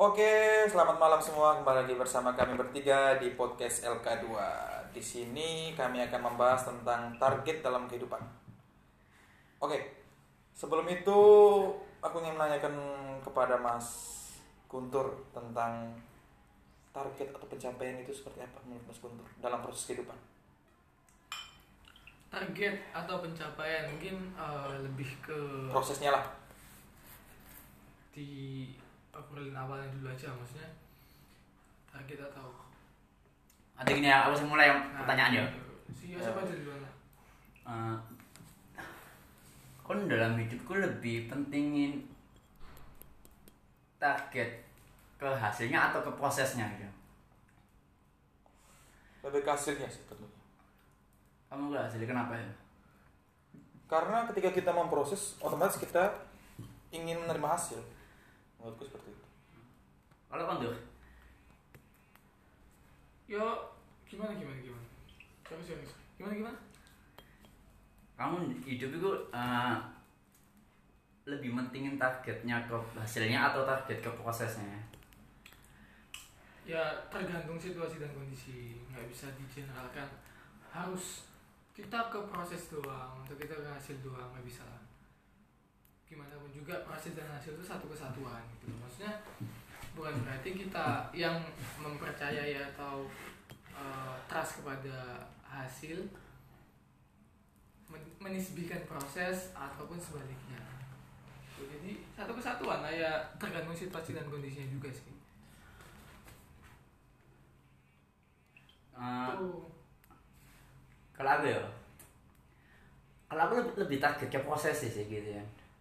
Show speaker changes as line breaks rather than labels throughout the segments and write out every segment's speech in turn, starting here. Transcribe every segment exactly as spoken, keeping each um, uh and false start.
Oke, selamat malam semua. Kembali lagi bersama kami bertiga di podcast L K dua. Di sini kami akan membahas tentang target dalam kehidupan. Oke, sebelum itu aku ingin menanyakan kepada Mas Guntur tentang target atau pencapaian itu seperti apa menurut Mas Guntur dalam proses kehidupan.
Target atau pencapaian mungkin uh, lebih ke
Prosesnya lah.
di obrolin awalnya dulu aja, maksudnya target atau
Atau gini ya, aku mulai pertanyaan ya.
Si siapa aja duluan lah.
Uh, kon dalam hidupku lebih pentingin target ke hasilnya atau ke prosesnya gitu.
Lebih ke hasilnya sih tentunya.
Kamu ke hasilnya kenapa ya?
Karena ketika kita memproses, otomatis kita ingin menerima hasil. Menurutku seperti itu.
Kalau kon tuh,
Yo gimana gimana gimana? Siapa sih Anis? Gimana gimana?
kamu hidup itu uh, lebih mentingin targetnya ke hasilnya atau target ke prosesnya?
Ya tergantung situasi dan kondisi, nggak bisa digeneralkan. Harus kita ke proses doang atau kita ke hasil doang, nggak bisa. Gimana pun juga proses dan hasil itu satu kesatuan gitu. Maksudnya bukan berarti kita yang mempercayai atau uh, trust kepada hasil men- menisbihkan proses ataupun sebaliknya. Jadi satu kesatuan lah ya, tergantung situasi dan kondisinya juga sih.
Uh,
Tuh.
kalau aku ya, kalau aku lebih, lebih target ke proses sih sih gitu ya.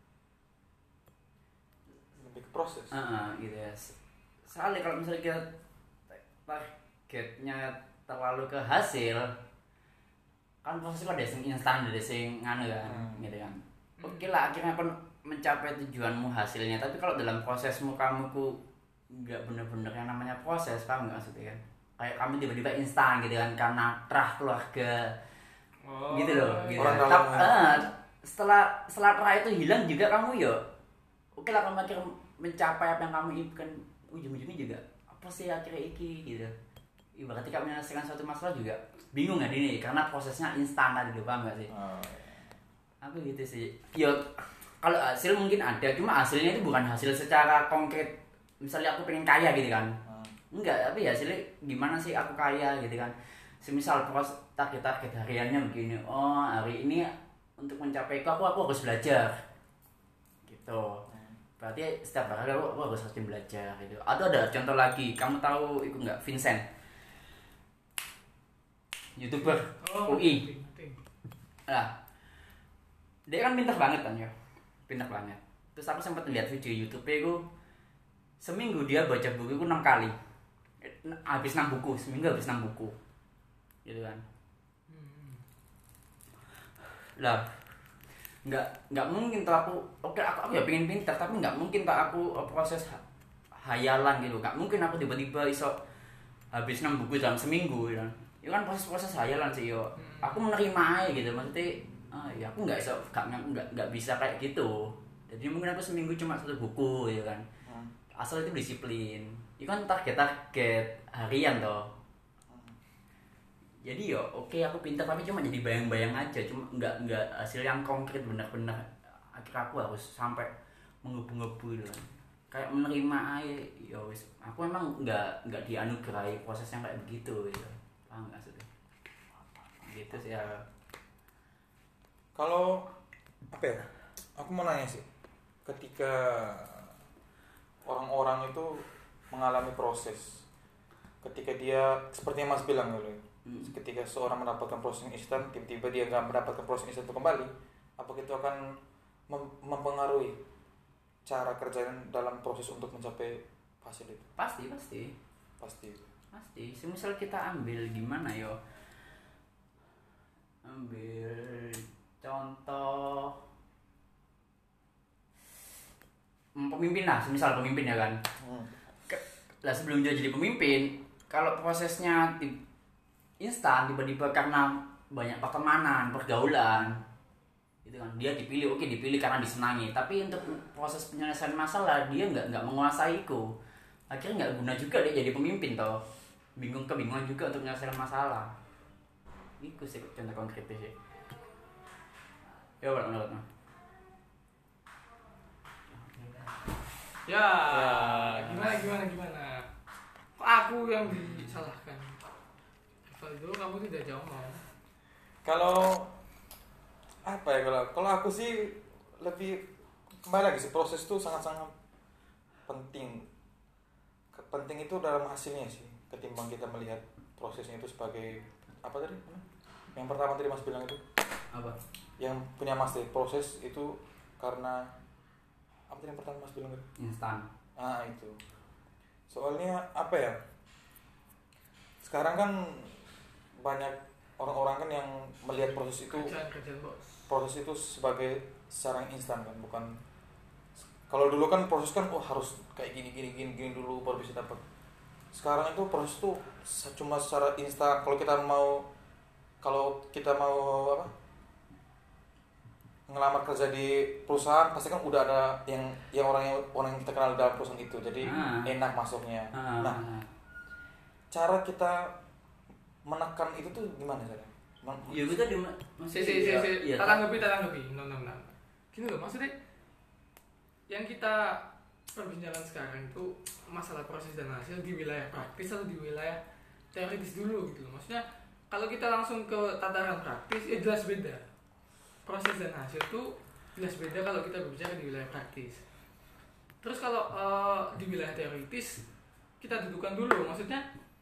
Lebih ke proses.
Uh, gitu ya. Soalnya kalau misalnya kita targetnya terlalu ke hasil, kan prosesnya ada yang instan, ada yang nganu kan,
Hmm.
gitu kan. Oke lah, akhirnya kan mencapai tujuanmu hasilnya. Tapi kalau dalam prosesmu kamu ku nggak bener-bener yang namanya proses, kamu nggak maksudnya kan? Kayak kamu tiba-tiba instan gitu kan, karena terah keluarga,
Oh,
gitu loh. Gitu.
Orang
Tap-
dalam.
eh, setelah setelah terah itu hilang juga kamu ya, oke lah kamu akhirnya mencapai apa yang kamu impikan, ujung-ujungnya juga apa sih akhirnya iki gitu. Ibarat ketika menyelesaikan suatu masalah juga bingung kan ini karena prosesnya instan tadi loh, paham gak sih?
Oh,
Aku gitu sih. Ya kalau hasil mungkin ada, cuma hasilnya itu bukan hasil secara konkret. Misalnya aku pengen kaya gitu kan.
Hmm.
Enggak, tapi hasilnya gimana sih aku kaya gitu kan. Semisal pros target-target hariannya begini. Oh, hari ini untuk mencapai itu aku aku harus belajar. Gitu. Berarti setiap hari aku, aku harus rajin belajar gitu. Atau ada contoh lagi, kamu tahu itu enggak Vincent? YouTuber
Oh,
U I.
penting, penting.
Nah, dia kan pintar banget kan ya, pintar banget. Terus aku sempat lihat video YouTube-nya itu seminggu dia baca buku itu enam kali, Eh, habis enam buku, seminggu habis enam buku, gitu kan.
Hmm.
Lah, nggak nggak mungkin tuh aku, oke aku aku ya pengen pintar, tapi nggak mungkin tuh aku uh, proses ha- hayalan gitu, nggak mungkin aku tiba-tiba iso habis enam buku dalam seminggu, gitu kan. Itu kan proses-proses hayalan sih yo.
Hmm.
Aku menerima aja gitu, maksudnya ah, ya aku nggak iso nggak nggak nggak bisa kayak gitu. Jadi mungkin aku seminggu cuma satu buku gitu kan.
Hmm.
Asal itu disiplin. Itu kan target-target harian toh. Jadi yo oke aku pintar tapi cuma jadi bayang-bayang aja, cuma nggak nggak hasil yang konkret benar-benar. Akhirnya aku harus sampai menggebu-gebu gitu kan. Kayak menerima aja, ya wis. Aku emang nggak nggak dianugerahi proses yang kayak begitu gitu. Paham nggak sih? Gitu sih ya.
Kalau apa ya? Aku mau nanya sih. Ketika orang-orang itu mengalami proses, ketika dia seperti yang Mas bilang dulu,
Hmm.
ketika seorang mendapatkan proses yang instan, tiba-tiba dia nggak mendapatkan proses instan itu kembali, apakah itu akan mem- mempengaruhi cara kerja dalam proses untuk mencapai hasil itu?
Pasti pasti
Pasti.
pasti. Semisal kita ambil gimana yo? Ambil contoh hmm, pemimpin lah, semisal pemimpin ya kan.
Hmm.
Lah sebelum dia jadi pemimpin, kalau prosesnya ti- instan tiba-tiba karena banyak pertemanan, pergaulan, gitu kan, dia dipilih, oke dipilih karena disenangi, tapi untuk proses penyelesaian masalah dia nggak nggak menguasai itu. akhirnya nggak guna juga dia jadi pemimpin toh, bingung kebingungan juga untuk menyelesaikan masalah. Itu sih contoh konkretnya sih. Ya apa menurutmu?
Ya,
Ya.
gimana gimana gimana? Kok aku yang disalahkan? Rivaldo, kamu tidak jauh mau.
Kalau apa ya kalau kalau aku sih lebih kembali lagi sih, proses itu sangat-sangat penting. Penting itu dalam hasilnya sih, ketimbang kita melihat prosesnya itu sebagai apa tadi? Yang pertama tadi Mas bilang itu
Apa?
yang punya Mas tadi, proses itu karena apa tadi yang pertama Mas bilang tadi?
Instan.
Ah itu. Soalnya apa ya? Sekarang kan banyak orang-orang kan yang melihat proses itu
Kerjaan kerjaan bos.
proses itu sebagai secara instan kan, bukan kalau dulu kan proses kan oh harus kayak gini gini gini gini dulu baru bisa dapat. Sekarang itu proses itu cuma secara instan. Kalau kita mau kalau kita mau apa ngelamar kerja di perusahaan pasti kan udah ada yang yang orang yang orang yang kita kenal dalam perusahaan itu, jadi
Ah.
enak masuknya.
Ah,
Nah, cara kita menekan itu tuh gimana caranya? Men-
ya kita di
Si si si si.
ya,
Tak tanggapi tak tanggapi. No no no. Gini loh maksudnya, yang kita perbincangan sekarang itu masalah proses dan hasil di wilayah praktis atau di wilayah teoritis dulu gitu loh. Maksudnya kalau kita langsung ke tataran praktis ya jelas beda. Proses dan hasil tuh jelas beda kalau kita berbicara di wilayah praktis. Terus kalau uh, di wilayah teoritis kita dudukan dulu, maksudnya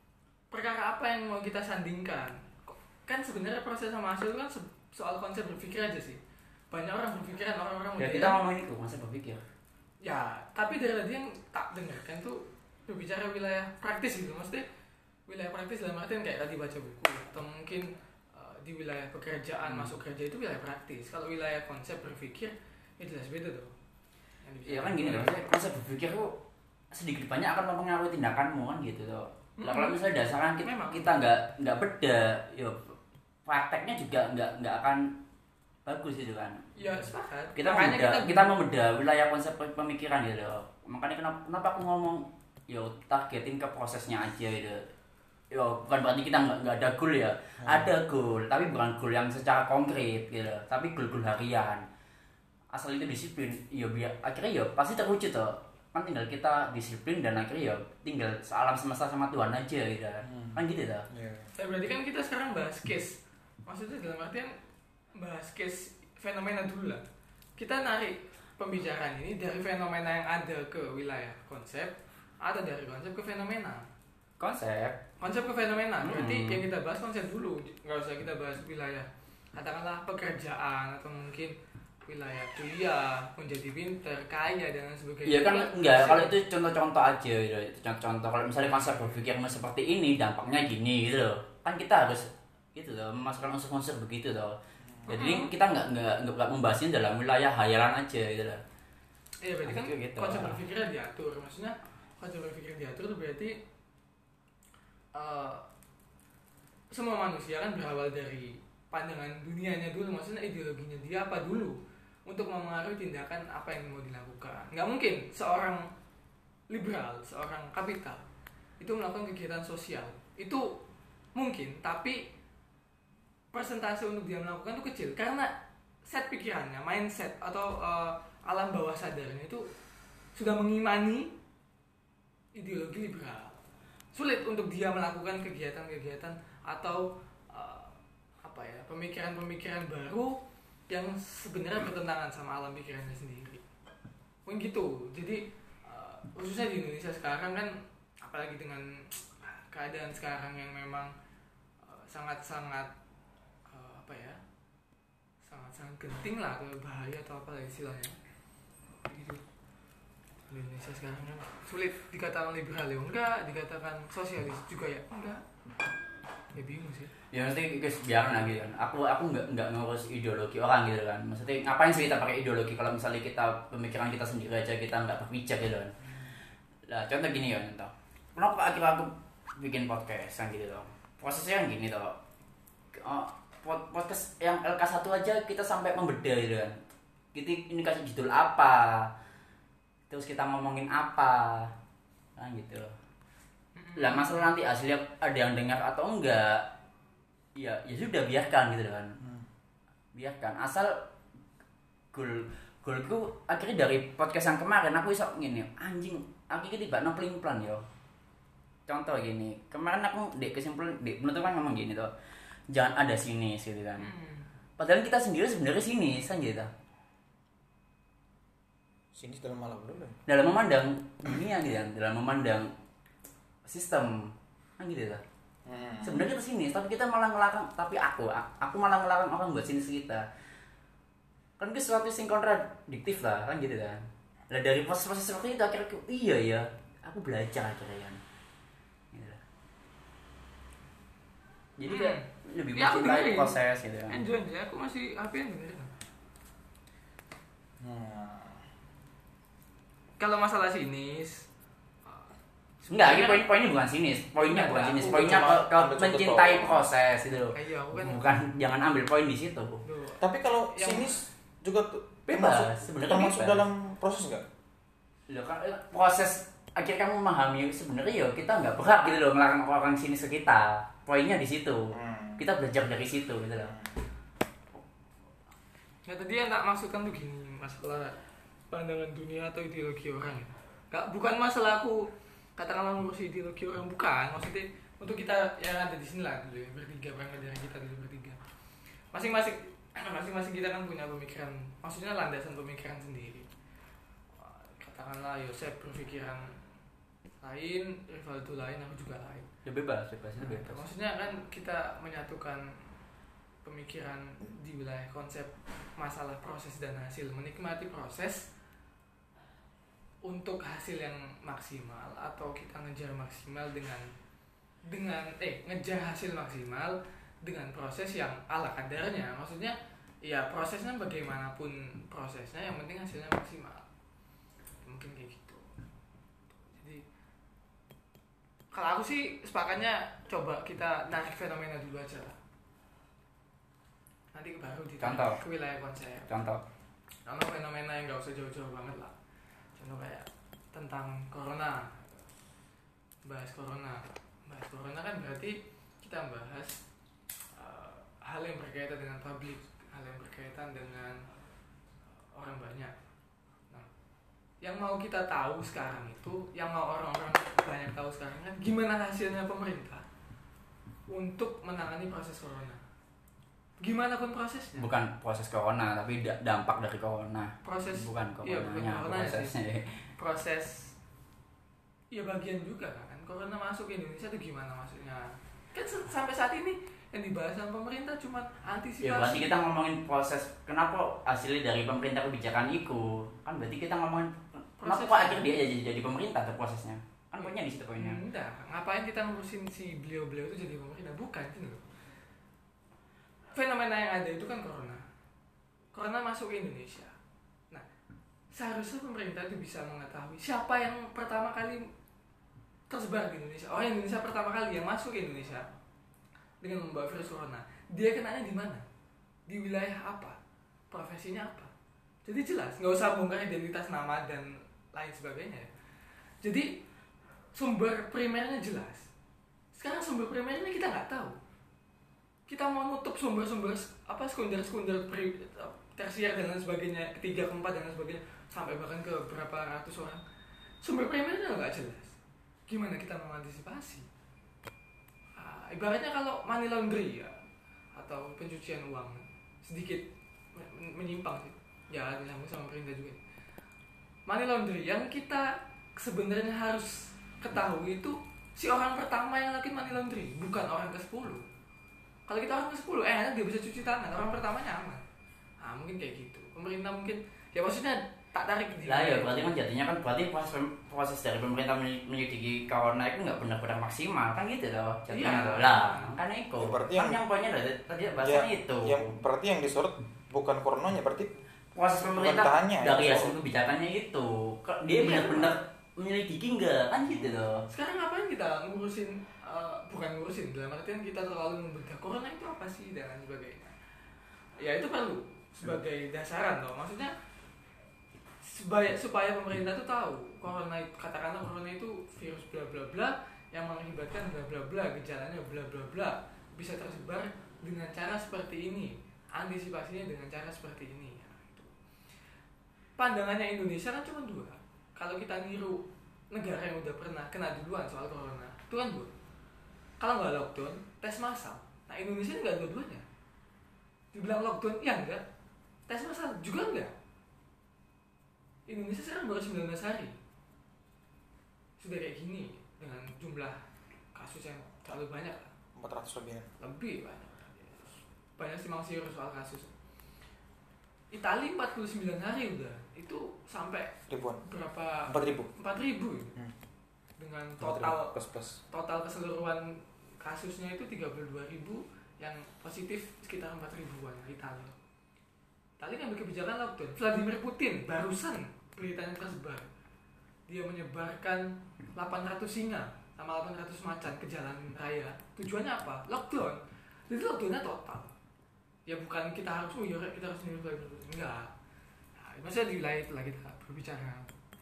perkara apa yang mau kita sandingkan. Kan sebenarnya proses sama hasil itu kan soal konsep berpikir aja sih. Banyak orang berpikiran, orang-orang
ya
modern-
kita ngomong itu masa berpikir.
Ya, tapi dari tadi yang tak dengarkan tuh berbicara wilayah praktis gitu. Maksudnya wilayah praktis dalam artian kayak tadi baca buku atau mungkin uh, di wilayah pekerjaan
Hmm.
masuk kerja itu wilayah praktis. Kalau wilayah konsep berpikir ya jelas beda tuh. Yang
Ya kan gini loh, konsep berpikir tuh sedikit banyak akan mempengaruhi tindakanmu kan gitu loh. Nah, kalau misalnya dasarnya kita
Memang.
kita nggak nggak beda, yo prakteknya juga nggak nggak akan bagus gitu kan.
Ya sepakat.
Kita
Makanya
membedah, kita membedah wilayah konsep pemikiran gitu loh. Makanya kenapa, kenapa aku ngomong yo targetin ke prosesnya aja gitu. Yo bukan berarti kita nggak nggak ada goal ya,
Hmm.
ada goal tapi bukan goal yang secara konkret gitu. Tapi goal-goal harian. Asal itu disiplin, yo biar akhirnya yo pasti terwujud toh. Kan tinggal kita disiplin dan akhirnya ya tinggal alam semesta sama Tuhan aja gitu kan.
Hmm.
Kan gitu dah.
Iya.
Ya, berarti kan kita sekarang bahas case. Maksudnya dalam artian bahas case fenomena dulu lah. Kita narik pembicaraan ini dari fenomena yang ada ke wilayah konsep atau dari konsep ke fenomena.
Konsep.
Konsep ke fenomena. Berarti
Hmm.
yang kita bahas konsep dulu. Nggak usah kita bahas wilayah. Katakanlah pekerjaan atau mungkin wilayah kuliah, menjadi pinter, kaya dan lain sebagainya.
Iya kan
Itu
enggak,
konsep.
kalau itu contoh-contoh aja gitu. Itu contoh-contoh kalau misalnya konsep berpikirnya seperti ini dampaknya gini gitu loh. Kan kita harus gitu loh, memasukkan unsur-unsur begitu loh. Jadi
Hmm.
kita nggak nggak nggak membahasnya dalam wilayah hayalan aja gitu loh.
Iya berarti kan
Gitu.
konsep berpikirnya diatur. Maksudnya konsep berpikir diatur itu berarti uh, semua manusia kan berawal dari pandangan dunianya dulu. Maksudnya ideologinya dia apa dulu untuk mempengaruhi tindakan apa yang mau dilakukan. Nggak mungkin seorang liberal, seorang kapital itu melakukan kegiatan sosial. Itu mungkin, tapi persentase untuk dia melakukan itu kecil karena set pikirannya, mindset atau uh, alam bawah sadarnya itu sudah mengimani ideologi liberal. Sulit untuk dia melakukan kegiatan-kegiatan atau uh, apa ya, pemikiran-pemikiran baru yang sebenarnya bertentangan sama alam pikirannya sendiri. Mungkin gitu. Jadi uh, khususnya di Indonesia sekarang kan, apalagi dengan keadaan sekarang yang memang uh, sangat-sangat uh, apa ya, sangat-sangat genting lah, atau bahaya atau apa lah istilahnya. Gitu. Di Indonesia sekarang kan sulit dikatakan liberal ya enggak, dikatakan sosialis juga ya enggak. Ya bingung sih.
Ya mesti guys biarin lagi kan. Aku aku nggak nggak ngurus ideologi orang gitu kan. Maksudnya ngapain sih kita pakai ideologi kalau misalnya kita pemikiran kita sendiri aja kita nggak berpijak gitu kan. Nah contoh gini ya contoh. Kenapa akhirnya aku bikin podcast kan gitu loh. Prosesnya kan gini loh. Oh, pod- podcast yang L K satu aja kita sampai membedah gitu kan. Kita ini kasih judul apa, terus kita ngomongin apa. kan gitu loh. Lah masalah nanti hasilnya ada yang dengar atau enggak, ya ya sudah biarkan gitu kan. Hmm. Biarkan asal gol golku akhirnya dari podcast yang kemarin aku iso ngene, anjing akhirnya tiba nempelin plan yo. Contoh gini, kemarin aku dek kesimpulan dek penutupan ngomong gini tuh, jangan ada sinis gitu kan. Hmm. Padahal kita sendiri sebenarnya sinis kan gitu.
Sinis dalam malam dulu.
Dalam memandang dunia gitu kan, dalam memandang sistem kan gitu lah. Hmm. Sebenarnya kita sinis, tapi kita malah ngelarang, tapi aku aku malah ngelarang orang buat sinis kita. Kan itu sesuatu yang kontradiktif lah kan gitu kan. Lah dari proses-proses seperti itu akhirnya iya ya, aku belajar akhirnya kan. Jadi kayak hmm. lebih ya, mencintai proses gitu ya.
Enjoy aja, aku masih apa yang dengerin.
Hmm.
Kalau masalah sinis,
enggak, ini poin-poinnya bukan sinis, poinnya bukan sinis, poinnya ke, ke mencintai proses gitu.
Iya, kan
bukan jangan ambil poin di situ.
Tapi kalau yang sinis juga tuh
bebas, sebenarnya
termasuk dalam proses enggak?
Loh kan proses akhirnya kamu memahami sebenarnya ya kita nggak berhak gitu loh melarang orang sinis ke kita. Poinnya di situ. Hmm. Kita belajar dari situ gitu loh.
Ya tadi yang tak maksudkan tuh gini, masalah pandangan dunia atau ideologi orang ya. Gak, bukan masalah aku katakanlah ngurusi ideologi orang, bukan. Maksudnya untuk kita yang ada di sini lah dulu ya, bertiga, berangkat dari kita dulu bertiga. Masing-masing masing-masing kita kan punya pemikiran, maksudnya landasan pemikiran sendiri. Katakanlah Yosef berpikiran lain, Rivaldo lain, aku juga lain.
Ya bebas, bebas itu bebas.
Nah, maksudnya kan kita menyatukan pemikiran di wilayah konsep masalah proses dan hasil, menikmati proses untuk hasil yang maksimal atau kita ngejar maksimal dengan dengan eh ngejar hasil maksimal dengan proses yang ala kadarnya. Maksudnya ya prosesnya bagaimanapun prosesnya, yang penting hasilnya maksimal. Mungkin kayak gitu. Jadi kalau aku sih sepakatnya coba kita narik fenomena dulu aja lah. Nanti baru ditarik ke wilayah konsep.
Contoh.
Contoh fenomena yang gak usah jauh-jauh banget lah. Contoh kayak tentang corona. Bahas corona. Bahas corona kan berarti kita bahas uh, hal yang berkaitan dengan publik, hal yang berkaitan dengan orang banyak. Yang mau kita tahu sekarang itu, yang mau orang-orang banyak tahu sekarang kan gimana hasilnya pemerintah untuk menangani proses corona. Gimana pun prosesnya.
Bukan proses corona, tapi dampak dari corona.
Proses
bukan
iya,
coronanya,
corona
prosesnya.
Sih. Proses ya bagian juga kan. Corona masuk ke Indonesia itu gimana maksudnya? Kan sampai saat ini yang dibahas sama pemerintah cuma antisipasi.
Ya berarti kita ngomongin proses kenapa hasilnya dari pemerintah kebijakan itu. Kan berarti kita ngomongin kenapa kok akhirnya dia jadi, jadi pemerintah tuh prosesnya. Kan poinnya di situ poinnya.
Enggak, ngapain kita ngurusin si beliau-beliau itu jadi pemerintah? Bukan gitu loh. Fenomena yang ada itu kan corona. Corona masuk ke Indonesia. Nah, seharusnya pemerintah itu bisa mengetahui siapa yang pertama kali tersebar di Indonesia. Oh, yang Indonesia pertama kali yang masuk ke Indonesia dengan membawa virus corona. Dia kenanya di mana? Di wilayah apa? Profesinya apa? Jadi jelas, nggak usah bongkar identitas nama dan lain sebagainya. Jadi sumber primernya jelas. Sekarang sumber primernya kita nggak tahu. Kita mau nutup sumber-sumber apa sekunder-sekunder tersier dan lain sebagainya, ketiga, keempat dan lain sebagainya, sampai bahkan ke berapa ratus orang. Sumber primernya nggak jelas. Gimana kita mengantisipasi? Nah, ibaratnya kalau money laundry ya, atau pencucian uang sedikit menyimpang sih. Ya, disambung sama perintah juga. Money laundry yang kita sebenarnya harus ketahui itu si orang pertama yang lakuin money laundry, bukan orang ke sepuluh. Kalau kita orang ke sepuluh, eh enak dia bisa cuci tangan, orang pertamanya aman. Nah, mungkin kayak gitu. Pemerintah mungkin, ya maksudnya tak tarik di
lah ya berarti kan jadinya kan berarti proses, proses dari pemerintah menyelidiki corona itu nggak benar-benar maksimal kan gitu loh jadinya
iya.
Lah kan itu
ya, berarti
kan
yang,
yang poinnya dari tadi bahasanya ya, itu
yang berarti yang disorot bukan coronanya, berarti
proses pemerintah dari
ya,
hasil kebijakannya itu dia iya, benar-benar menyelidiki enggak kan gitu loh.
Sekarang ngapain kita ngurusin uh, bukan ngurusin dalam artian kita terlalu membedah corona itu apa sih dan sebagainya. Ya itu perlu sebagai dasaran loh, maksudnya supaya supaya pemerintah tuh tahu corona itu, katakanlah corona itu virus bla bla yang mengakibatkan bla bla bla, gejalanya bla bla bla, bisa tersebar dengan cara seperti ini, antisipasinya dengan cara seperti ini. Ya, gitu. Pandangannya Indonesia kan cuma dua. Kalau kita niru negara yang udah pernah kena duluan soal corona, itu kan dua. Kalau nggak lockdown, tes massal. Nah Indonesia nggak dua-duanya. Dibilang lockdown, ya enggak. Tes massal juga enggak. Indonesia sekarang baru sembilan belas hari. Sudah kayak gini dengan jumlah kasus yang terlalu banyak.
empat ratus lebih.
Lebih banyak. Banyak simpang siur soal kasus. Itali empat puluh sembilan hari udah. Itu sampai
ribuan.
Berapa?
empat ribu.
empat ribu. Hmm. Dengan total
plus plus.
Total keseluruhan kasusnya itu tiga puluh dua ribu, yang positif sekitar empat ribuan. Itali. Itali ngambil kebijakan lockdown. Vladimir Putin barusan beritanya tersebar. Dia menyebarkan delapan ratus singa sama delapan ratus macan ke jalan raya. Tujuannya apa? Lockdown. Jadi lockdownnya total. Ya bukan kita harus, oh ya kita harus niru Vladimir Putin. Enggak. Nah, maksudnya di wilayah itu lagi kita berbicara.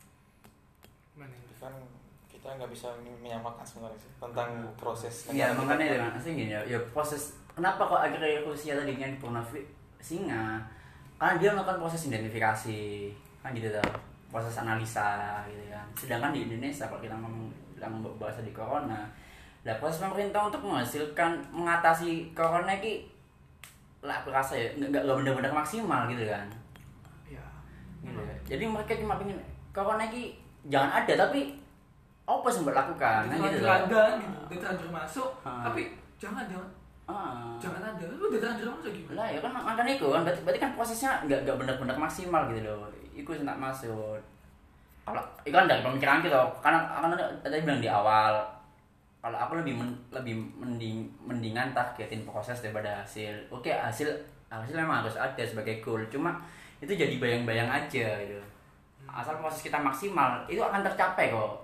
Gimana ini?
Kan kita nggak bisa menyamakan sebenarnya sih tentang proses.
Iya makanya dengan asing gini ya, ya proses kenapa kok akhirnya Rusia tadinya dibunuh singa? Karena dia melakukan proses identifikasi kan gitu tuh, proses analisa gitu kan. Sedangkan di Indonesia kalau kita ngomong bilang bahasa di corona, lah proses pemerintah untuk menghasilkan mengatasi corona ini lah aku rasa ya nggak nggak benar-benar maksimal gitu kan.
Iya.
Gitu ya. Jadi mereka cuma pengen corona ini jangan ada tapi apa sih buat lakukan kan gitu loh.
Ada gitu, udah terlanjur masuk, hmm. tapi jangan jangan
ah.
jangan ada, lu udah terlanjur masuk gimana?
Lah ya kan makanya itu kan berarti, berarti kan prosesnya nggak nggak benar-benar maksimal gitu loh. Iku tak masuk. Kalau itu kan dari pemikiran gitu, karena karena tadi bilang di awal, kalau aku lebih men, lebih mending mendingan targetin proses daripada hasil. Oke hasil hasil memang harus ada sebagai goal, cuma itu jadi bayang-bayang aja gitu. Asal proses kita maksimal, itu akan tercapai kok.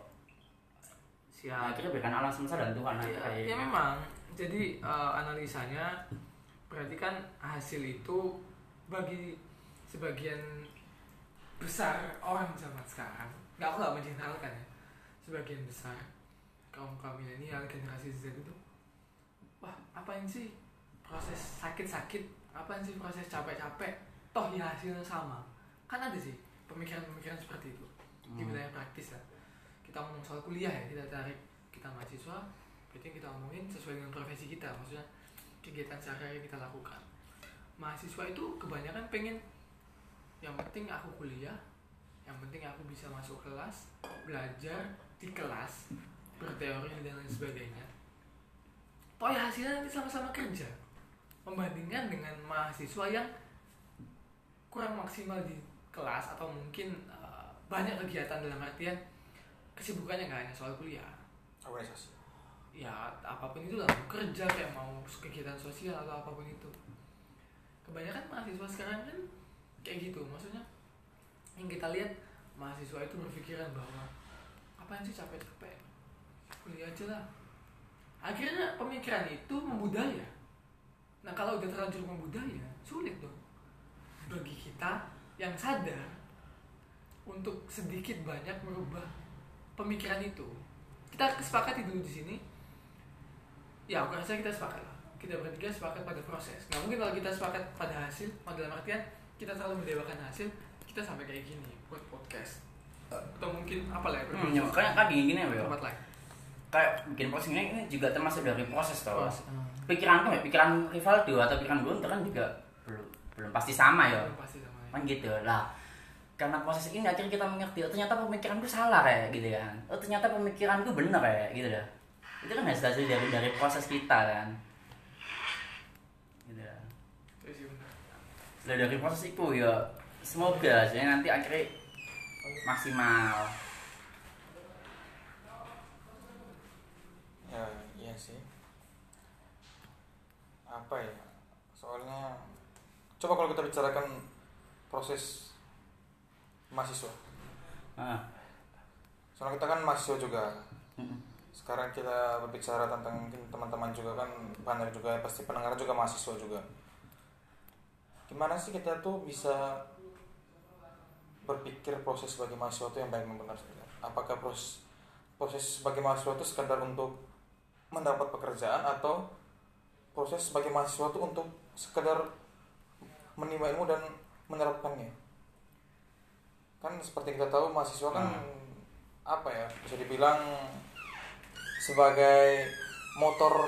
Ya, kita berikan alam semesta dan Tuhan
ya, ya memang. Jadi uh, analisanya berarti kan hasil itu bagi sebagian besar orang zaman sekarang, nggak aku nggak mengeneralkan ya, sebagian besar kaum kaum milenial generasi Z itu, wah apain sih proses sakit-sakit, apaan sih proses capek-capek, toh ya hasilnya sama. Kan ada sih pemikiran-pemikiran seperti itu di wilayah praktis lah. Kita ngomong soal kuliah ya, kita tarik kita mahasiswa, berarti kita ngomongin sesuai dengan profesi kita, maksudnya kegiatan sehari-hari kita lakukan. Mahasiswa itu kebanyakan pengen yang penting aku kuliah, yang penting aku bisa masuk kelas, belajar di kelas, berteori dan lain sebagainya. Toh ya hasilnya nanti sama-sama kerja, membandingkan dengan mahasiswa yang kurang maksimal di kelas atau mungkin uh, banyak kegiatan dalam artian kesibukannya nggak hanya soal kuliah,
organisasi,
ya apapun itu lah, kerja kayak mau kegiatan sosial atau apapun itu. Kebanyakan mahasiswa sekarang kan kayak gitu, maksudnya yang kita lihat mahasiswa itu berpikiran bahwa apaan sih capek-capek, kuliah aja lah. Akhirnya pemikiran itu membudaya. Nah kalau udah terlanjur membudaya, sulit dong bagi kita yang sadar untuk sedikit banyak merubah pemikiran itu. Kita kesepakati dulu di sini. Ya, aku rasa kita sepakat lah. Kita bertiga sepakat pada proses. Nggak mungkin kalau kita sepakat pada hasil, dalam artian kita terlalu mendewakan hasil, kita sampai kayak gini buat podcast. Atau mungkin apa lah ya?
Hmm, ya, kayak kayak gini ya,
tempat lain.
Kayak bikin podcast ini, ini juga termasuk dari proses tau.
Proses. Hmm.
Pikiranku ya, pikiran Rivaldo atau pikiran Gunter kan juga belum belum pasti sama ya.
Belum pasti sama. Ya.
Kan gitu lah. Karena proses ini akhirnya kita mengerti, oh ternyata pemikiranku salah kayak gitu kan. Oh ternyata pemikiranku benar kayak gitu dah. Itu kan hasil dari dari proses kita kan. Gitu. Lah dari proses itu ya semoga saya nanti akhirnya maksimal.
Ya, iya sih. Apa ya? Soalnya coba kalau kita bicarakan proses mahasiswa.
Ah.
Soalnya kita kan mahasiswa juga.
Mm-mm.
Sekarang kita berbicara tentang mungkin teman-teman juga kan banyak juga pasti pendengar juga mahasiswa juga. Gimana sih kita tuh bisa berpikir proses sebagai mahasiswa itu yang baik dan benar? Apakah proses proses sebagai mahasiswa itu sekedar untuk mendapat pekerjaan atau proses sebagai mahasiswa itu untuk sekedar menimba ilmu dan menerapkannya. Kan seperti kita tahu mahasiswa kan hmm. apa ya, bisa dibilang sebagai motor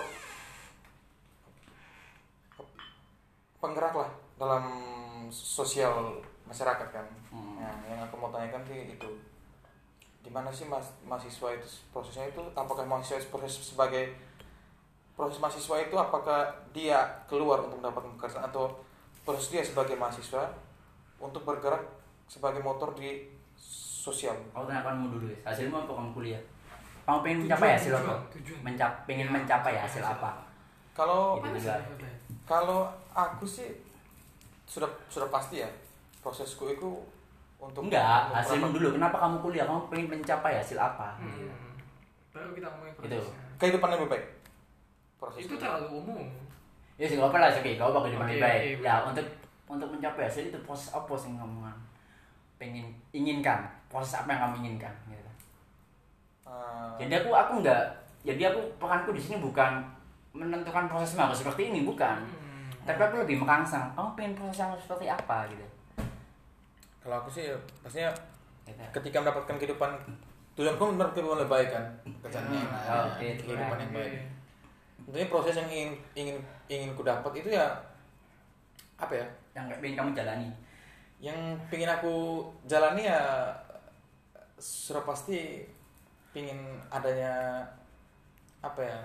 penggerak lah dalam sosial masyarakat kan. Hmm. Nah, yang aku mau tanyakan sih itu, gimana sih mas, mahasiswa itu prosesnya itu, apakah mahasiswa proses sebagai proses mahasiswa itu apakah dia keluar untuk mendapatkan pekerjaan atau proses dia sebagai mahasiswa untuk bergerak sebagai motor di sosial?
Aku tanya kamu dulu ya, hasilmu apa kamu kuliah? Kamu pengen mencapai hasil apa? Mencap, pengen mencapai hasil apa?
Kalau
gitu juga.
Kalau aku sih sudah sudah pasti ya prosesku itu untuk
enggak hasilmu dulu. Kenapa kamu kuliah? Kamu pengen mencapai hasil apa?
Hmm. Gitu. Baru kita ngomongin prosesnya.
Itu. Kehidupan lebih baik. Proses
itu terlalu umum.
Ya sih nggak apa lah, oke. Kau bakal kehidupan
okay,
lebih baik.
Okay,
ya untuk untuk mencapai hasil itu proses apa sih ngomongan? Pengen inginkan proses apa yang kamu inginkan? Gitu. Uh, jadi aku aku enggak. Jadi aku peranku di sini bukan menentukan proses mau seperti ini, bukan. Hmm. Tapi aku lebih merangsang. Kamu pengen proses yang seperti apa gitu?
Kalau aku sih pastinya gitu. Ketika mendapatkan kehidupan, tujuanku benar kehidupan lebih baik kan, kerjaannya
hmm.
nah,
oh, okay.
kehidupan yang baik. Tentunya proses yang ingin ingin ingin ku dapat itu ya apa ya?
Yang pengen kamu jalani.
Yang pengen aku jalani ya sudah pasti pengen adanya apa ya?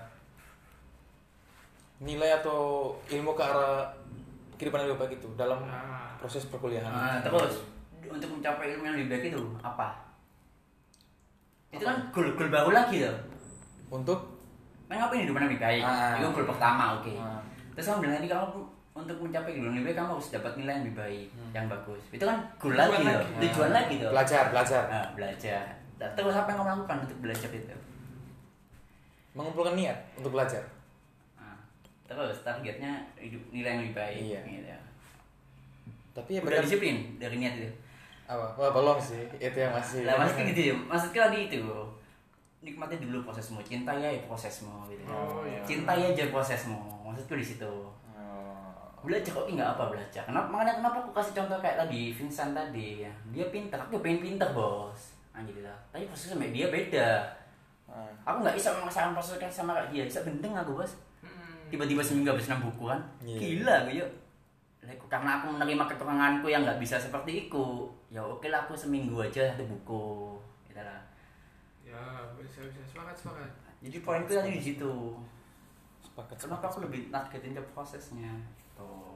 Nilai atau ilmu ke arah kehidupan yang lebih baik itu dalam nah. proses perkuliahan.
Nah, terus untuk mencapai ilmu yang lebih baik itu apa? Itu apa? Kan goal-goal baru lagi loh.
Untuk
kan ngapain hidup lebih baik? Ah. Itu goal pertama, oke. Okay. Ah. Terus kamu bilang tadi kamu untuk mencapai ilmu yang lebih baik kamu harus dapat nilai yang lebih baik, hmm. yang bagus. Itu kan goal lagi loh, nah. tujuan lagi loh.
Belajar, belajar.
Nah, belajar. Nah, terus apa yang kamu lakukan untuk belajar itu?
Mengumpulkan niat untuk belajar.
Terus targetnya hidup nilai yang lebih baik.
Iya.
Gitu.
Tapi ya
udah disiplin dari niat itu.
Apa? Wah, belum sih. Itu yang masih.
Lah masih gitu ya. Maksudnya tadi itu. Nikmati dulu prosesmu, cintai aja prosesmu gitu.
Oh, iya.
Cintai aja prosesmu. Maksudku di situ. Oh. Belajar kok enggak apa belajar. Kenapa makanya kenapa aku kasih contoh kayak tadi Vincent tadi ya. Dia pintar, aku pengen pintar, Bos. Anjir gitu. Tapi prosesnya sama dia beda. Hmm. Aku enggak bisa memaksakan prosesnya sama kayak dia. Bisa gendeng aku, Bos. Tiba-tiba seminggu habis enam buku kan, yeah. Gila gue yuk. Karena aku menerima kekuranganku yang nggak bisa seperti itu, ya oke lah aku seminggu aja satu buku, gitu lah.
Ya bisa bisa sepakat sepakat.
Jadi poinku tadi di situ.
Sepakat.
Kenapa aku lebih targetin ke prosesnya, tuh.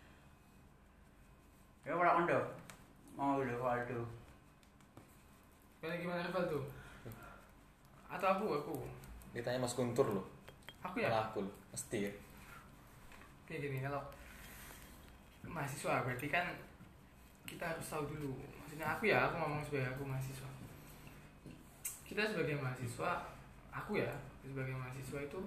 Ya orang Ondo, mau udah waduh.
Kayak gimana Rival tuh? Atau aku aku?
Ditanya Mas Guntur loh.
Aku ya?
Malah aku pasti ya.
Kayak gini, kalau mahasiswa berarti kan kita harus tahu dulu. Maksudnya aku ya, aku ngomong sebagai aku mahasiswa. Kita sebagai mahasiswa, aku ya sebagai mahasiswa itu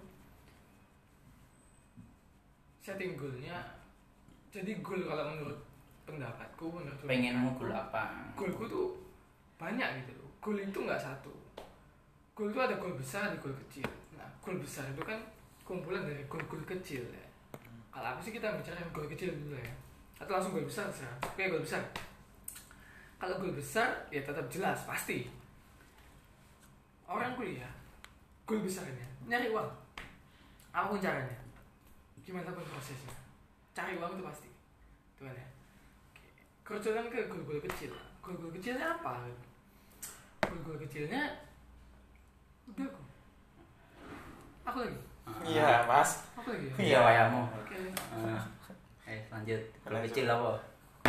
setting goalnya. Jadi goal kalau menurut pendapatku, menurut
pengen mau goal apa?
Goalku tuh banyak gitu loh. Goal itu nggak satu. Goal itu ada goal besar, ada goal kecil. Goal besar itu kan kumpulan dari goal-goal kecil ya. Kalau aku sih kita bicara goal kecil dulu ya. Atau langsung goal besar sih. Oke, goal besar. Kalau goal besar ya tetap jelas pasti. Orang kuliah goal besarnya nyari uang. Apapun caranya. Gimana pun prosesnya. Cari uang itu pasti. Tuh kan ya. Kerucutan ke goal-goal kecil. Goal-goal kecilnya apa? Goal-goal kecilnya udah kok. Aku lagi.
Iya, Mas.
Aku lagi.
Iya, wayamu.
Oke.
Eh, lanjut. Goal kecil apa?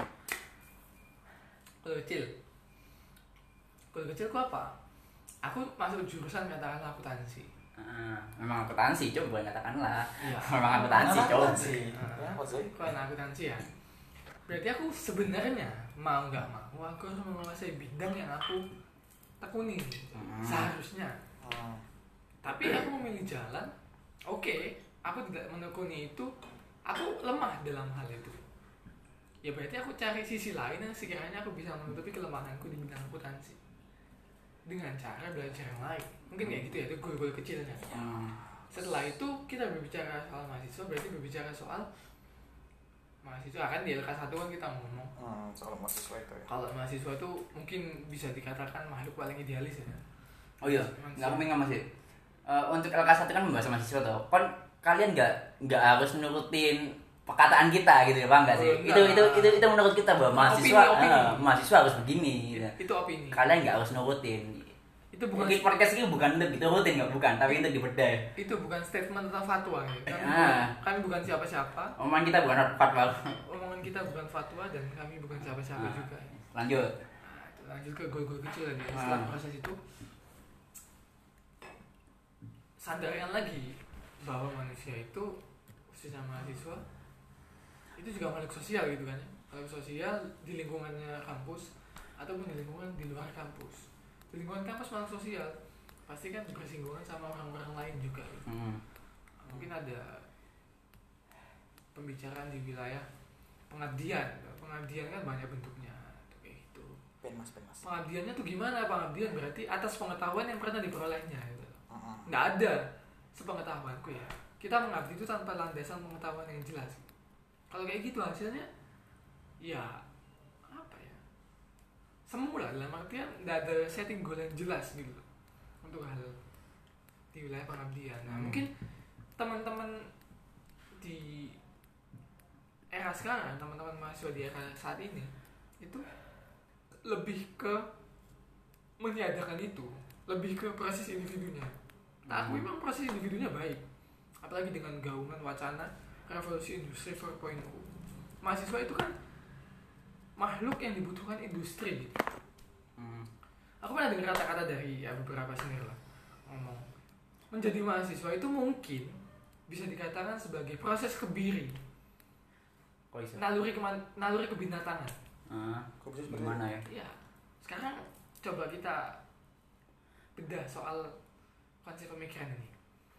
Goal kecil. Goal kecil ku apa? Aku masuk jurusan katakanlah akuntansi.
Uh, memang akuntansi, coba katakanlah.
Iya.
Memang akuntansi, coba.
Ya, apa sih? Kau anak akuntansi ya. Berarti aku sebenarnya mau nggak mau aku harus menguasai bidang yang aku tekuni. Hmm. Seharusnya. Hmm. Tapi aku memilih jalan, oke, okay, aku tidak menekuni itu, aku lemah dalam hal itu. Ya berarti aku cari sisi lain yang sekiranya aku bisa menutupi kelemahanku di bidang akuntansi. dengan cara belajar yang lain. Mungkin kayak gitu ya, itu guru-guru kecilnya.
Hmm.
Setelah itu kita berbicara soal mahasiswa, berarti berbicara soal mahasiswa. Kan di L K satu kan kita ngomong
hmm, soal mahasiswa itu ya.
kalau mahasiswa itu mungkin bisa dikatakan makhluk paling idealis ya.
Oh iya, nggak pengen nggak masih. Uh, untuk L K satu kan membahas mahasiswa tuh. Kan kalian nggak nggak harus nurutin perkataan kita gitu ya, Bang, nggak sih?
Oh,
itu, itu itu itu menurut kita bahwa mahasiswa
Opini, opini.
Uh, mahasiswa harus begini. Gitu.
Itu opini.
Kalian nggak harus nurutin.
Itu bukan
Mungkin podcast ini bukan untuk diturutin nggak, bukan, tapi untuk dibedah.
itu bukan statement atau fatwa ya. Kami,
Ah.
bukan, kami bukan siapa-siapa.
Omongan kita bukan fatwa.
Omongan kita bukan fatwa dan kami bukan siapa-siapa
Ah.
juga.
Lanjut.
Nah, itu lanjut ke gol-gol kecil lagi. Setelah
Ah.
proses itu sadarkan lagi bahwa manusia itu khususnya mahasiswa itu juga makhluk sosial gitu kan ya. Makhluk sosial di lingkungannya kampus ataupun di lingkungan di luar kampus. Di lingkungan kampus makhluk sosial pasti kan bersinggungan sama orang-orang lain juga gitu.
Hmm.
Mungkin ada pembicaraan di wilayah pengabdian. Pengabdian kan banyak bentuknya tuh kayak gitu.
Pen mas, pen mas.
Pengabdiannya tuh gimana? Pengabdian berarti atas pengetahuan yang pernah diperolehnya gitu.
Uh-uh.
Nggak ada sepengetahuanku ya. Kita mengabdi itu tanpa landasan pengetahuan yang jelas. Kalau kayak gitu hasilnya ya apa ya? Semula dalam artian nggak ada setting goal yang jelas gitu loh untuk hal di wilayah pengabdian. Nah,
Hmm.
mungkin teman-teman di era sekarang, teman-teman mahasiswa di era saat ini itu lebih ke menyadarkan itu, lebih ke proses individunya. Nah, aku
Hmm.
memang proses individunya baik, apalagi dengan gaungan wacana revolusi industri empat titik nol. Mahasiswa itu kan makhluk yang dibutuhkan industri gitu.
Hmm.
Aku pernah dengar kata-kata dari ya, beberapa senior lah ngomong menjadi mahasiswa itu mungkin bisa dikatakan sebagai proses kebiri,
Kok bisa?
naluri keman, naluri kebinatangan.
Ah,
Kok bisa seperti
gimana ya?
Ya, sekarang coba kita bedah soal konsep pemikiran ini.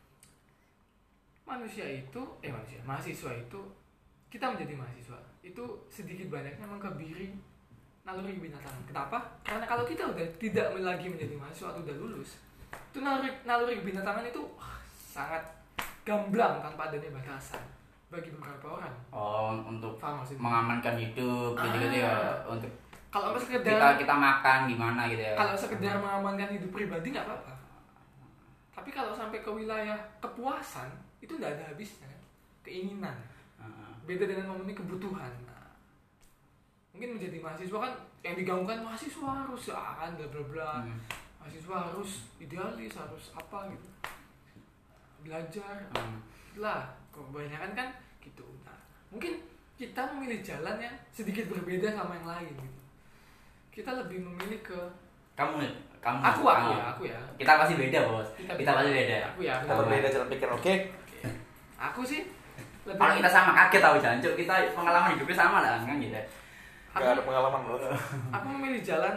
Manusia itu, eh manusia, mahasiswa itu, kita menjadi mahasiswa itu sedikit banyaknya mengkebiri naluri kebinatangan. Kenapa? Karena kalau kita udah tidak lagi menjadi mahasiswa atau udah lulus, itu naluri naluri kebinatangan itu wah, sangat gamblang tanpa adanya batasan bagi beberapa orang.
Oh, untuk
Paham maksudnya?
mengamankan hidup gitu-gitu ya,
Ah.
untuk
Kalau
kita
sekedar
kita makan gimana gitu ya.
kalau sekedar mengamankan hidup pribadi nggak apa-apa. Tapi kalau sampai ke wilayah kepuasan itu nggak ada habisnya, keinginan.
Ah.
Beda dengan memenuhi kebutuhan. Nah, mungkin menjadi mahasiswa kan yang digaungkan mahasiswa harus ah, kan bla bla bla.
Hmm.
Mahasiswa harus idealis, harus apa gitu. Belajar
Hmm.
lah, kebanyakan kan gitu. Nah, mungkin kita memilih jalan yang sedikit berbeda sama yang lain gitu. Kita lebih memilih ke
Kamu, kamu.
aku aku
kamu.
ya, aku ya.
Kita pasti beda, Bos.
Kita
Kita, pasti beda.
Aku ya, aku.
Kita berbeda jalan pikir, oke?
Aku sih lebih
Kalau kita sama kaget tahu jancuk, kita pengalaman hidupnya sama lah kan gitu.
aku,
Gak ada pengalaman bro.
aku memilih jalan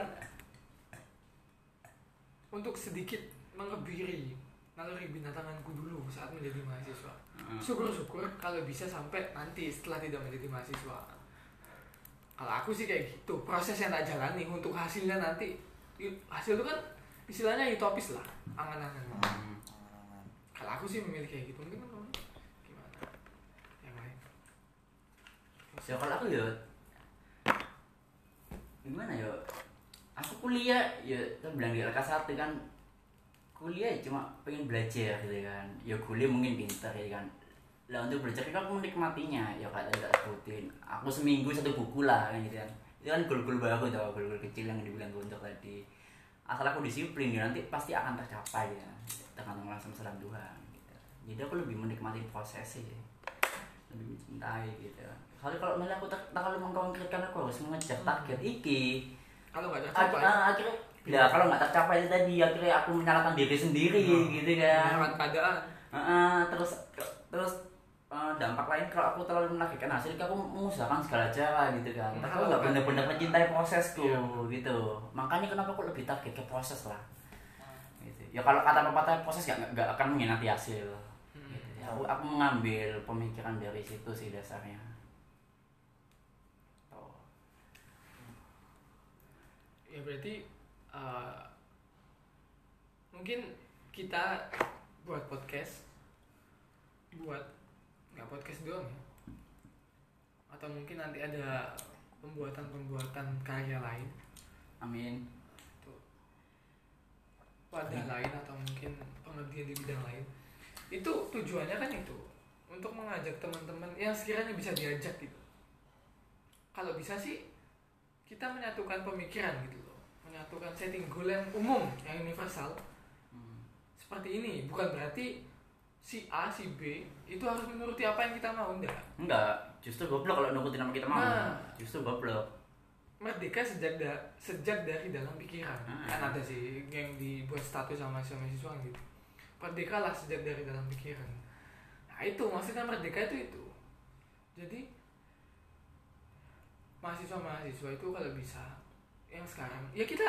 untuk sedikit mengebiri naluri binatanganku dulu saat menjadi mahasiswa.
Hmm.
Syukur-syukur kalau bisa sampai nanti setelah tidak menjadi mahasiswa. Kalau aku sih kayak gitu, proses yang tak jalani untuk hasilnya nanti. Hasil itu kan istilahnya utopis lah, angan-angan.
Hmm.
Kalau aku sih memilih kayak gitu, mungkin kamu gimana? Yang lain?
Ya kalau aku ya gimana ya? Aku kuliah ya kan bilang di L K satu kan kuliah ya cuma pengen belajar gitu kan. Ya kuliah mungkin pintar ya kan. Lah untuk belajar kan aku menikmatinya ya kayak tadi tak sebutin. Aku seminggu satu buku lah kan gitu kan. Itu kan goal-goal baru tau, goal-goal kecil yang dibilang untuk tadi. Asal aku disiplin ya nanti pasti akan tercapai ya. Tergantung langsung salam Tuhan gitu. Jadi aku lebih menikmati prosesnya. Lebih mencintai gitu. Soalnya kalau misalnya aku tak terlalu mengkonkretkan aku harus mengejar target iki.
Kalau nggak
Ak-
tercapai,
ah, akhirnya ya kalau nggak tercapai itu tadi akhirnya aku menyalahkan diri sendiri
Hmm.
gitu kan.
menyalahkan keadaan.
Heeh, terus terus eh, dampak lain kalau aku terlalu menargetkan hasil aku mengusahakan segala cara gitu kan. Tapi aku nggak benar-benar mencintai prosesku
Iya.
gitu. Makanya kenapa aku lebih target ke proses lah. Gitu. Ya kalau kata pepatah proses nggak nggak akan mengkhianati hasil.
Hmm.
Gitu. Ya, aku aku mengambil pemikiran dari situ sih dasarnya.
Ya berarti uh, mungkin kita buat podcast, buat nggak podcast doang ya, atau mungkin nanti ada pembuatan-pembuatan karya lain,
Amin.
tuh, wadah lain atau mungkin pengabdian di bidang lain. Itu tujuannya kan itu untuk mengajak teman-teman yang sekiranya bisa diajak gitu. Kalau bisa sih kita menyatukan pemikiran gitu loh, menyatukan setting goal yang umum, yang universal.
Hmm.
Seperti ini, bukan berarti si A, si B itu harus menuruti apa yang kita mau, enggak.
Enggak, justru goblok kalau nurutin apa kita mau.
Nah.
Justru goblok.
Merdeka sejak da sejak dari dalam pikiran.
Hmm.
Kan ada sih yang dibuat status sama mahasiswa gitu. Merdeka lah sejak dari dalam pikiran. Nah itu maksudnya merdeka itu itu. Jadi mahasiswa-mahasiswa itu kalau bisa yang sekarang ya kita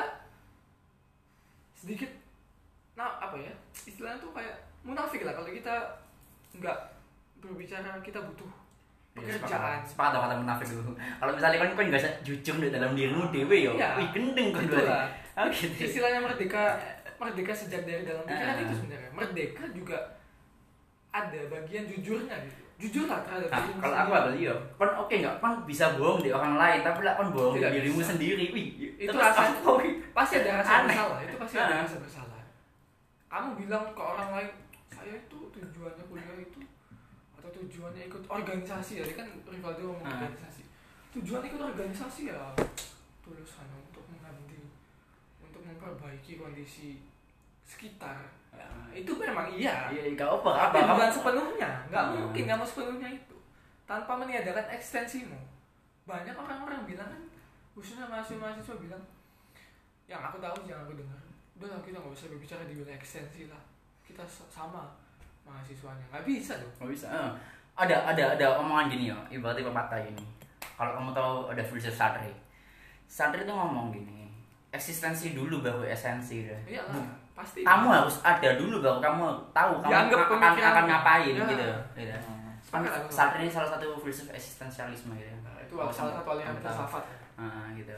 sedikit nah apa ya istilahnya tuh kayak munafik lah kalau kita nggak berbicara kita butuh pekerjaan.
Ya, sepakat kata munafik dulu. Kalau misalnya kan kan nggak usah jujur di dalam dirimu dewe yo.
Ya,
Wih gendeng kan
itulah.
Oh, gitu.
Istilahnya merdeka merdeka sejak dari dalam pikiran
Ah.
itu sebenarnya merdeka juga ada bagian jujurnya gitu. Jujur lah terhadap
Nah,
dirimu
kalau aku
sendiri.
apa yo? Kan oke nggak? Kan bisa bohong di orang lain, tapi lah kan bohong di
Tidak
dirimu
bisa.
sendiri. Wih,
Itu
terus
rasa-
apa, wih?
Pasti ada rasa
Aneh.
bersalah, itu pasti ada
Ah.
rasa bersalah. Kamu bilang ke orang lain, saya itu tujuannya kuliah itu atau tujuannya ikut organisasi ya, kan Rivaldo ngomong
Ah.
organisasi. Tujuan ikut organisasi ya tulisan untuk mengabdi, untuk memperbaiki kondisi sekitar. Ya, itu memang iya.
Iya, nggak apa apa.
Tapi
Kamu
bukan sepenuhnya, nggak
Hmm.
mungkin kamu sepenuhnya itu tanpa meniadakan ekstensimu. Banyak orang-orang bilang kan, khususnya mahasiswa-mahasiswa bilang, yang aku tahu, yang aku dengar, udah lah kita nggak usah berbicara di wilayah ekstensi lah, kita sa- sama mahasiswanya, nggak bisa dong.
nggak bisa. Eh, Ada ada ada omongan gini ya, ibaratnya pepatah ini. Kalau kamu tahu ada filsuf Sartre. Sartre itu ngomong gini, eksistensi dulu baru esensi. Udah.
Iyalah, pasti.
Kamu harus ada dulu baru kamu tahu kamu
Dianggap
akan,
pemikiran.
akan ngapain
Ya.
gitu. gitu. Kan
Sepakat aku.
Sartre ini salah satu filsuf eksistensialisme gitu.
Nah, itu
Kamu
salah satu aliran
kamu tahu.
filsafat.
Ah, gitu.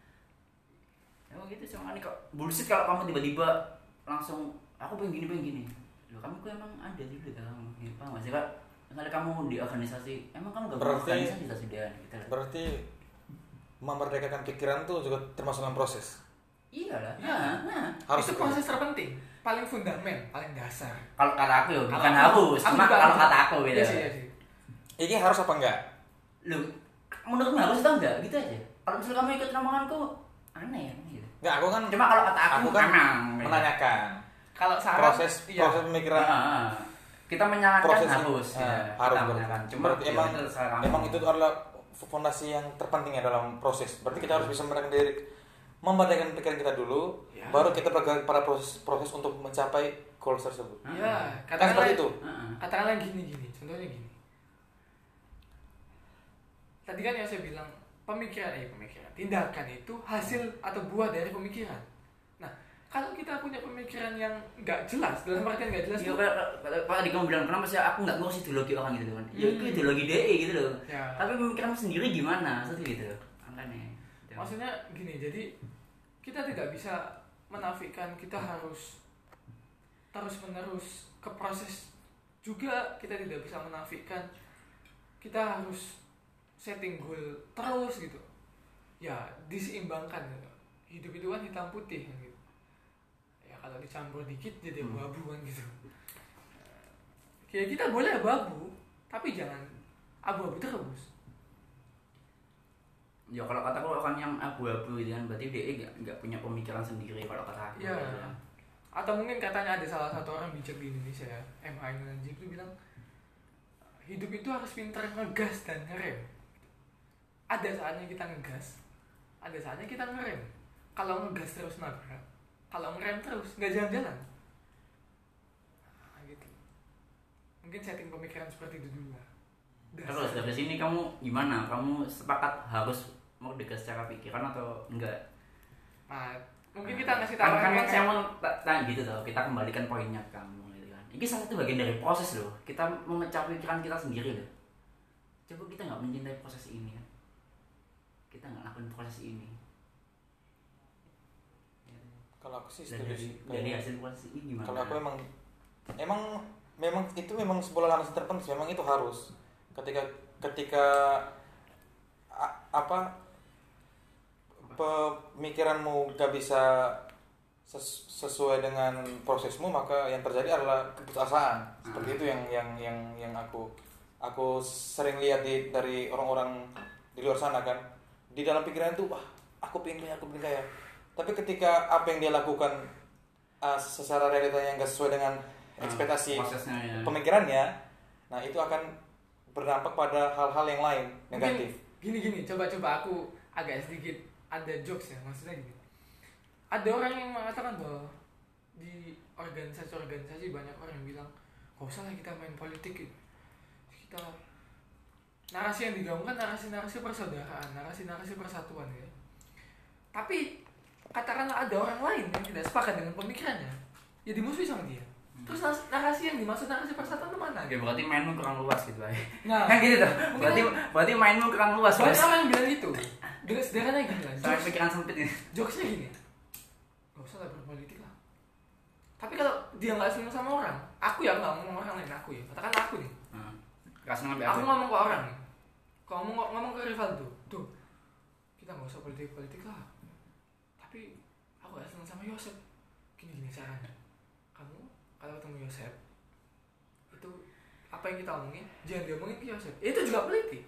Ya gitu cuma nih kok bullshit kalau kamu tiba-tiba langsung aku pengen gini pengen gini. Loh kamu kok emang ada dulu kamu. Ya, paham gak sih Kak? Misalnya kamu di organisasi, emang kamu gak
Berarti-
organisasi sudah gitu lah.
Berarti memerdekakan pikiran tuh juga termasuk dalam proses.
Iya lah.
Ya.
Nah, nah.
Harus
Itu proses terpenting, paling fundament, paling dasar.
Kalau kata aku ya bukan
Kalau-
harus,
aku
cuma
juga
kalau
harus.
kata aku gitu.
Iya sih, iya sih.
Ini harus apa enggak?
Lu menurutmu harus atau enggak? Gitu aja. Kalau misalnya kamu ikut rombonganku aneh ya gitu.
Enggak, aku kan
Cuma kalau kata aku,
aku kan
emang, gitu.
menanyakan
Kalau saran,
proses
iya.
proses pemikiran
Ah, ah. kita menyarankan
proses
harus,
ini,
ya.
ah,
Kita
harus berarti.
menyarankan. Cuma
Berarti
ya
emang
itu terserah kamu.
emang itu adalah fondasi yang terpenting ya dalam proses. Berarti kita harus bisa memerdekakan diri, memerdekakan pikiran kita dulu,
Ya.
baru kita bergerak pada proses proses untuk mencapai goals tersebut.
Ah,
Ya,
Kan
katakanlah
seperti itu.
ah, ah.
Katakanlah gini gini, contohnya gini. Tadi kan yang saya bilang pemikiran, eh pemikiran, tindakan itu hasil atau buah dari pemikiran. Nah, kalau kita punya pemikiran yang nggak jelas, dalam artian nggak jelas
Iya,
tuh,
kayak kayak- kayak tadi kamu bilang kenapa sih aku nggak ngurus ideologi orang gitu kan? Ya itu
Hmm.
ideologi D E gitu loh.
ya,
Tapi pemikiranmu sendiri gimana? Seperti gitu. Makanya. Gitu.
maksudnya gini, jadi kita tidak bisa menafikan kita harus terus menerus ke proses, juga kita tidak bisa menafikan kita harus setting goal terus gitu. Ya diseimbangkan gitu. Hidup itu kan hitam putih kan gitu. Ya kalau dicampur dikit jadi
Hmm.
abu-abu kan gitu. Ya kita boleh abu-abu, tapi jangan abu-abu terus.
Ya kalau kataku orang yang abu-abu gitu kan berarti D E nggak nggak punya pemikiran sendiri kalau kata aku.
Ya.
gitu.
Atau mungkin katanya ada salah satu orang bijak di Indonesia ya, M A Najib itu bilang hidup itu harus pintar ngegas dan ngerem. Ada saatnya kita ngegas, ada saatnya kita ngerem. Kalau ngegas terus nabrak, kalau ngerem terus nggak jalan-jalan. Nah, gitu. Mungkin setting pemikiran seperti itu dulu lah.
Terus dari sini kamu gimana? Kamu sepakat harus mau dekat secara pikiran atau enggak?
Nah, mungkin kita ngasih
kan,
tahu
kan, kan saya mau ta- tanya gitu loh, kita kembalikan poinnya ke kamu gitu kan. Ini salah satu bagian dari proses loh. Kita memecah pikiran kita sendiri loh. Coba kita nggak mencintai proses ini kan. Kita nggak lakukan proses ini.
Kalau aku sih
Dan
setuju
dari,
sih.
dari
Kalau-
hasil proses ini gimana?
Kalau aku emang emang memang itu memang sebuah landasan terpenting, memang itu harus. Ketika ketika a- apa pemikiranmu gak bisa ses- sesuai dengan prosesmu, maka yang terjadi adalah keputusasaan. Seperti itu yang yang yang yang aku aku sering lihat di, dari orang-orang di luar sana kan. Di dalam pikiran itu, wah, aku pengen kaya, aku pengen kaya. Tapi ketika apa yang dia lakukan uh, secara realita yang gak sesuai dengan ekspektasi
prosesnya ya.
pemikirannya, nah itu akan berdampak pada hal-hal yang lain negatif.
Gini gini, coba-coba aku agak sedikit ada jokes ya, maksudnya gini. Ada orang yang mengatakan bahwa di organisasi-organisasi banyak orang yang bilang, gak usah lah kita main politik gitu. Kita narasi yang digabungkan narasi-narasi persaudaraan, narasi-narasi persatuan ya. Tapi katakanlah ada orang lain yang tidak sepakat dengan pemikirannya, ya dimusuhi sama dia. Terus narasi yang dimaksud narasi persatuan itu mana?
Ya berarti mainmu kurang luas gitu aja.
Nah,
Kan gitu tuh. Berarti
mungkin-
berarti mainmu kurang luas, Bos.
banyak orang yang bilang gitu. Dengan sederhana gini lah.
Sampai
Jokes,
pikiran sempit ini.
jokesnya gini. Gak usah lah berpolitik lah. Tapi kalau dia nggak seneng sama orang, aku ya nggak ngomong orang lain, aku ya. Katakan aku nih.
Heeh. Kasih ngambil
Aku
aku.
ngomong ke orang nih. Kalau ngomong ngomong ke rival tuh, tuh kita nggak usah politik politik lah. Tapi aku gak seneng sama Yosep. Gini gini caranya. Kamu kalau ketemu Yosep, itu apa yang kita omongin jangan diomongin ke Yosep. Itu juga politik.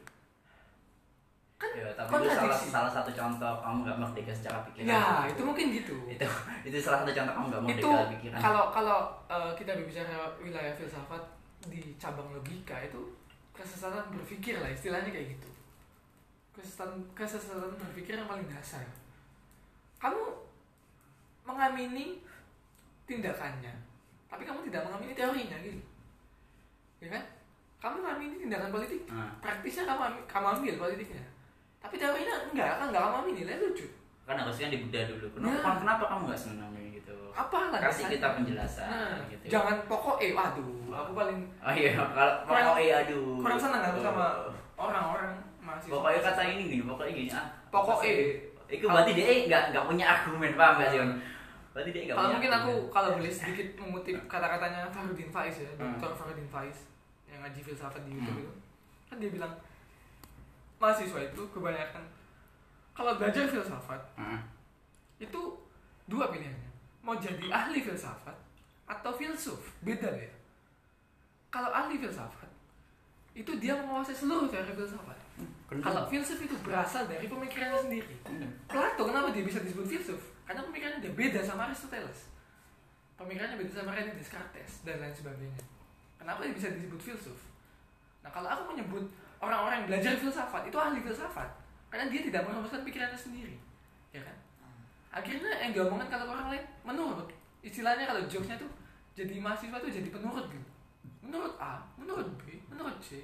Kan
Ya, tapi itu salah
kontradiksi.
salah satu contoh kamu nggak merdeka secara pikiran.
Ya, itu mungkin gitu.
itu itu salah satu contoh kamu nggak merdeka
Itu
secara pikiran.
kalau kalau uh, kita berbicara wilayah filsafat di cabang logika itu kesesatan berpikir lah istilahnya kayak gitu. Kesesatan kesesatan berpikir yang paling dasar. Kamu mengamini tindakannya, tapi kamu tidak mengamini teorinya gitu. Ya kan? Kamu mengamini tindakan politik,
Nah,
praktisnya kamu ambil, kamu ambil politiknya. Tapi teorinya enggak, kan enggak kamu amini, lah lucu.
kan harusnya dibedah dulu. Kenapa
Nah.
kenapa kamu nggak senang kayak gitu?
Apa lah?
Kasih
dasarnya?
kita penjelasan
Nah,
gitu.
jangan pokok eh waduh, aku paling
Oh iya, kalau
Kurang-
pokoknya aduh.
kurang senang aku sama
Oh.
orang-orang mahasiswa.
Pokoknya kata ini gini, pokoknya gini ah.
Pokoknya.
Itu berarti dia nggak nggak punya argumen, paham nggak sih? Om? Berarti dia nggak
Kalau
punya.
mungkin aku
argumen.
kalau boleh sedikit mengutip kata-katanya Farudin Faiz ya,
Hmm.
Doktor Farudin Faiz yang ngaji filsafat di YouTube
Hmm.
itu, kan dia bilang mahasiswa itu kebanyakan kalau belajar filsafat
Heeh.
itu dua pilihannya, mau jadi ahli filsafat atau filsuf, beda ya. Kalau ahli filsafat itu dia menguasai seluruh teori filsafat.
Kenapa?
Kalau filsuf itu berasal dari pemikirannya sendiri.
Hmm.
Plato kenapa dia bisa disebut filsuf? Karena pemikirannya dia beda sama Aristoteles. Pemikirannya beda sama René Descartes dan lain sebagainya. Kenapa dia bisa disebut filsuf? Nah, kalau aku menyebut orang-orang yang belajar filsafat itu ahli filsafat, karena dia tidak merumuskan pikirannya sendiri, ya kan? Akhirnya yang diomongkan kalau orang lain menurut, istilahnya kalau jokesnya tuh jadi mahasiswa tuh jadi penurut gitu. Menurut A, menurut B, menurut C.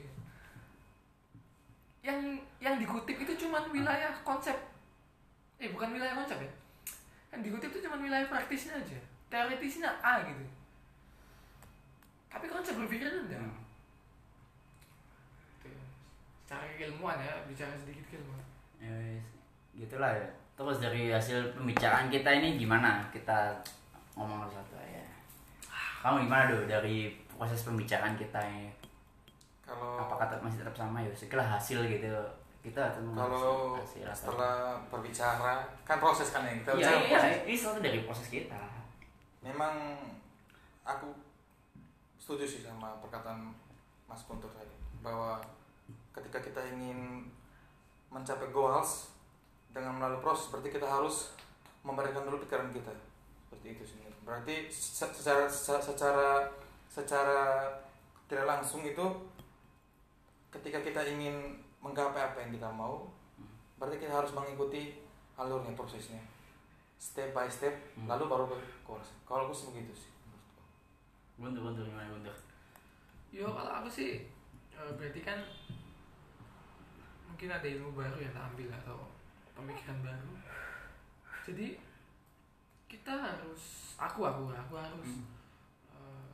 Yang yang dikutip itu cuma wilayah konsep, eh bukan wilayah konsep ya. Yang dikutip itu cuma wilayah praktisnya aja, teoritisnya A gitu. Tapi konsep berpikirnya enggak.
Hmm.
Itu ya. Secara keilmuan ya, bicara sedikit keilmuan.
Ya, wes. Gitulah ya. Terus dari hasil pembicaraan kita ini gimana? Kita ngomong satu ya. Kamu gimana tuh dari proses pembicaraan kita ini?
Kalau
Apakah tetap masih tetap sama ya? Setelah hasil gitu kita tetap
kalau
hasil atau-
setelah berbicara kan proses kan yang kita
Iya,
bicara
iya,
proses.
ini satu dari proses kita.
Memang aku setuju sih sama perkataan Mas Guntur tadi bahwa ketika kita ingin mencapai goals dengan melalui proses, berarti kita harus memberikan dulu pikiran kita seperti itu sendiri. Berarti se- secara secara secara, secara tidak langsung itu ketika kita ingin menggapai apa yang kita mau, berarti kita harus mengikuti alurnya, prosesnya, step by step,
Hmm.
lalu baru ke goals. Kalau aku sih begitu sih.
Guntur, guntur gimana guntur?
Yo kalau aku sih eh, berarti kan mungkin ada ilmu baru yang tak ambil atau pemikiran baru. Jadi kita harus aku aku aku harus
Hmm.
eh,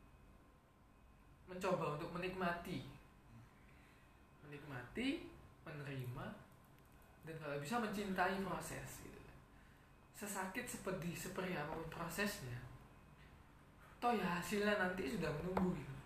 mencoba untuk menikmati, menikmati, menerima dan kalau bisa mencintai proses gitu. sesakit sepedih seperti apapun prosesnya, toh ya hasilnya nanti sudah menunggu gitu.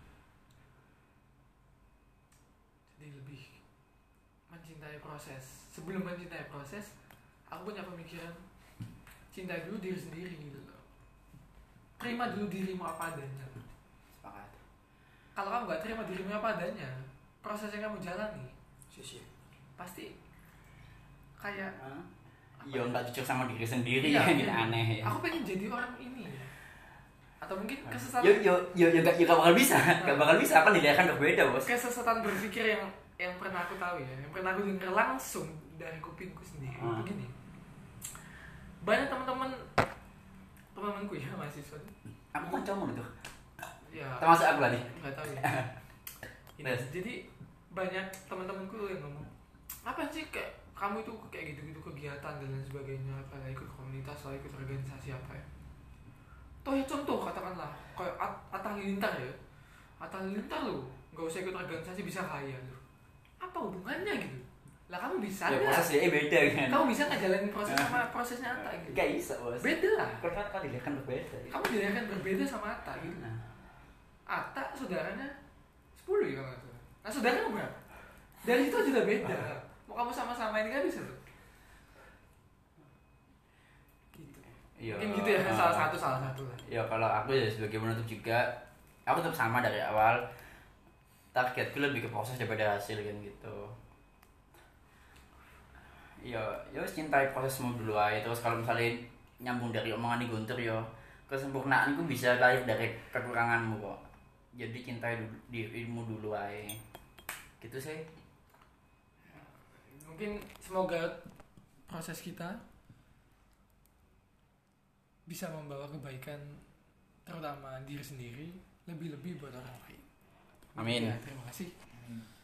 Jadi lebih mencintai proses. Sebelum mencintai proses, aku punya pemikiran cintai dulu diri sendiri gitu loh. Terima dulu dirimu apa adanya.
Sepakat.
Kalau kamu gak terima dirimu apa adanya, proses yang kamu jalani
Sia-sia.
pasti kayak
Iya nggak cocok sama diri sendiri
iya,
kan gitu
iya.
aneh ya.
Aku pengen jadi orang ini, atau mungkin kesesatan.
Yo yo yo yo gak, yo gak bakal bisa, gak bakal bisa kan dilihat kan berbeda bos.
Kesesatan berpikir yang yang pernah aku tahu ya, yang pernah aku dengar langsung dari kupingku sendiri.
Hmm.
Begini, banyak teman-teman teman-temanku ya mahasiswa.
Aku kan cowok tuh.
Ya.
Termasuk aku tadi.
Nggak tahu ya. Ini,
Yes.
jadi banyak teman-temanku yang ngomong, apa sih kayak kamu itu kayak gitu-gitu kegiatan dan lain sebagainya, kayak ikut komunitas lah, ikut organisasi apa ya. Toh ya contoh katakanlah kayak At- Atta Halilintar ya, Atta Halilintar loh, nggak usah ikut organisasi bisa kaya loh. Apa hubungannya gitu? Lah kamu bisa
Ya
nggak?
prosesnya beda kan.
Kamu bisa nggak jalanin proses sama prosesnya Atta gitu?
Gak bisa bos.
Beda lah.
Kan kan kan dilihat kan berbeda.
Kamu dilihat kan berbeda sama Atta gitu.
Nah,
Atta saudaranya sepuluh ya kalau nggak salah. Nah saudara kamu berapa? Dari situ sudah beda. Mau kamu sama-sama ini nggak bisa tuh. Gitu.
iya.
Mungkin gitu ya, salah satu salah satu lah.
Ya kalau aku ya sebagai penutup juga, aku tetap sama dari awal. Targetku lebih ke proses daripada hasil kan gitu. Ya, ya wis cintai prosesmu dulu aja. Terus kalau misalnya nyambung dari omongan di Guntur ya, kesempurnaan itu bisa lahir dari kekuranganmu kok. Jadi cintai dulu, dirimu dulu aja. Gitu sih.
Mungkin semoga proses kita bisa membawa kebaikan terutama diri sendiri, lebih-lebih buat orang lain.
Amin.
Ya, terima kasih.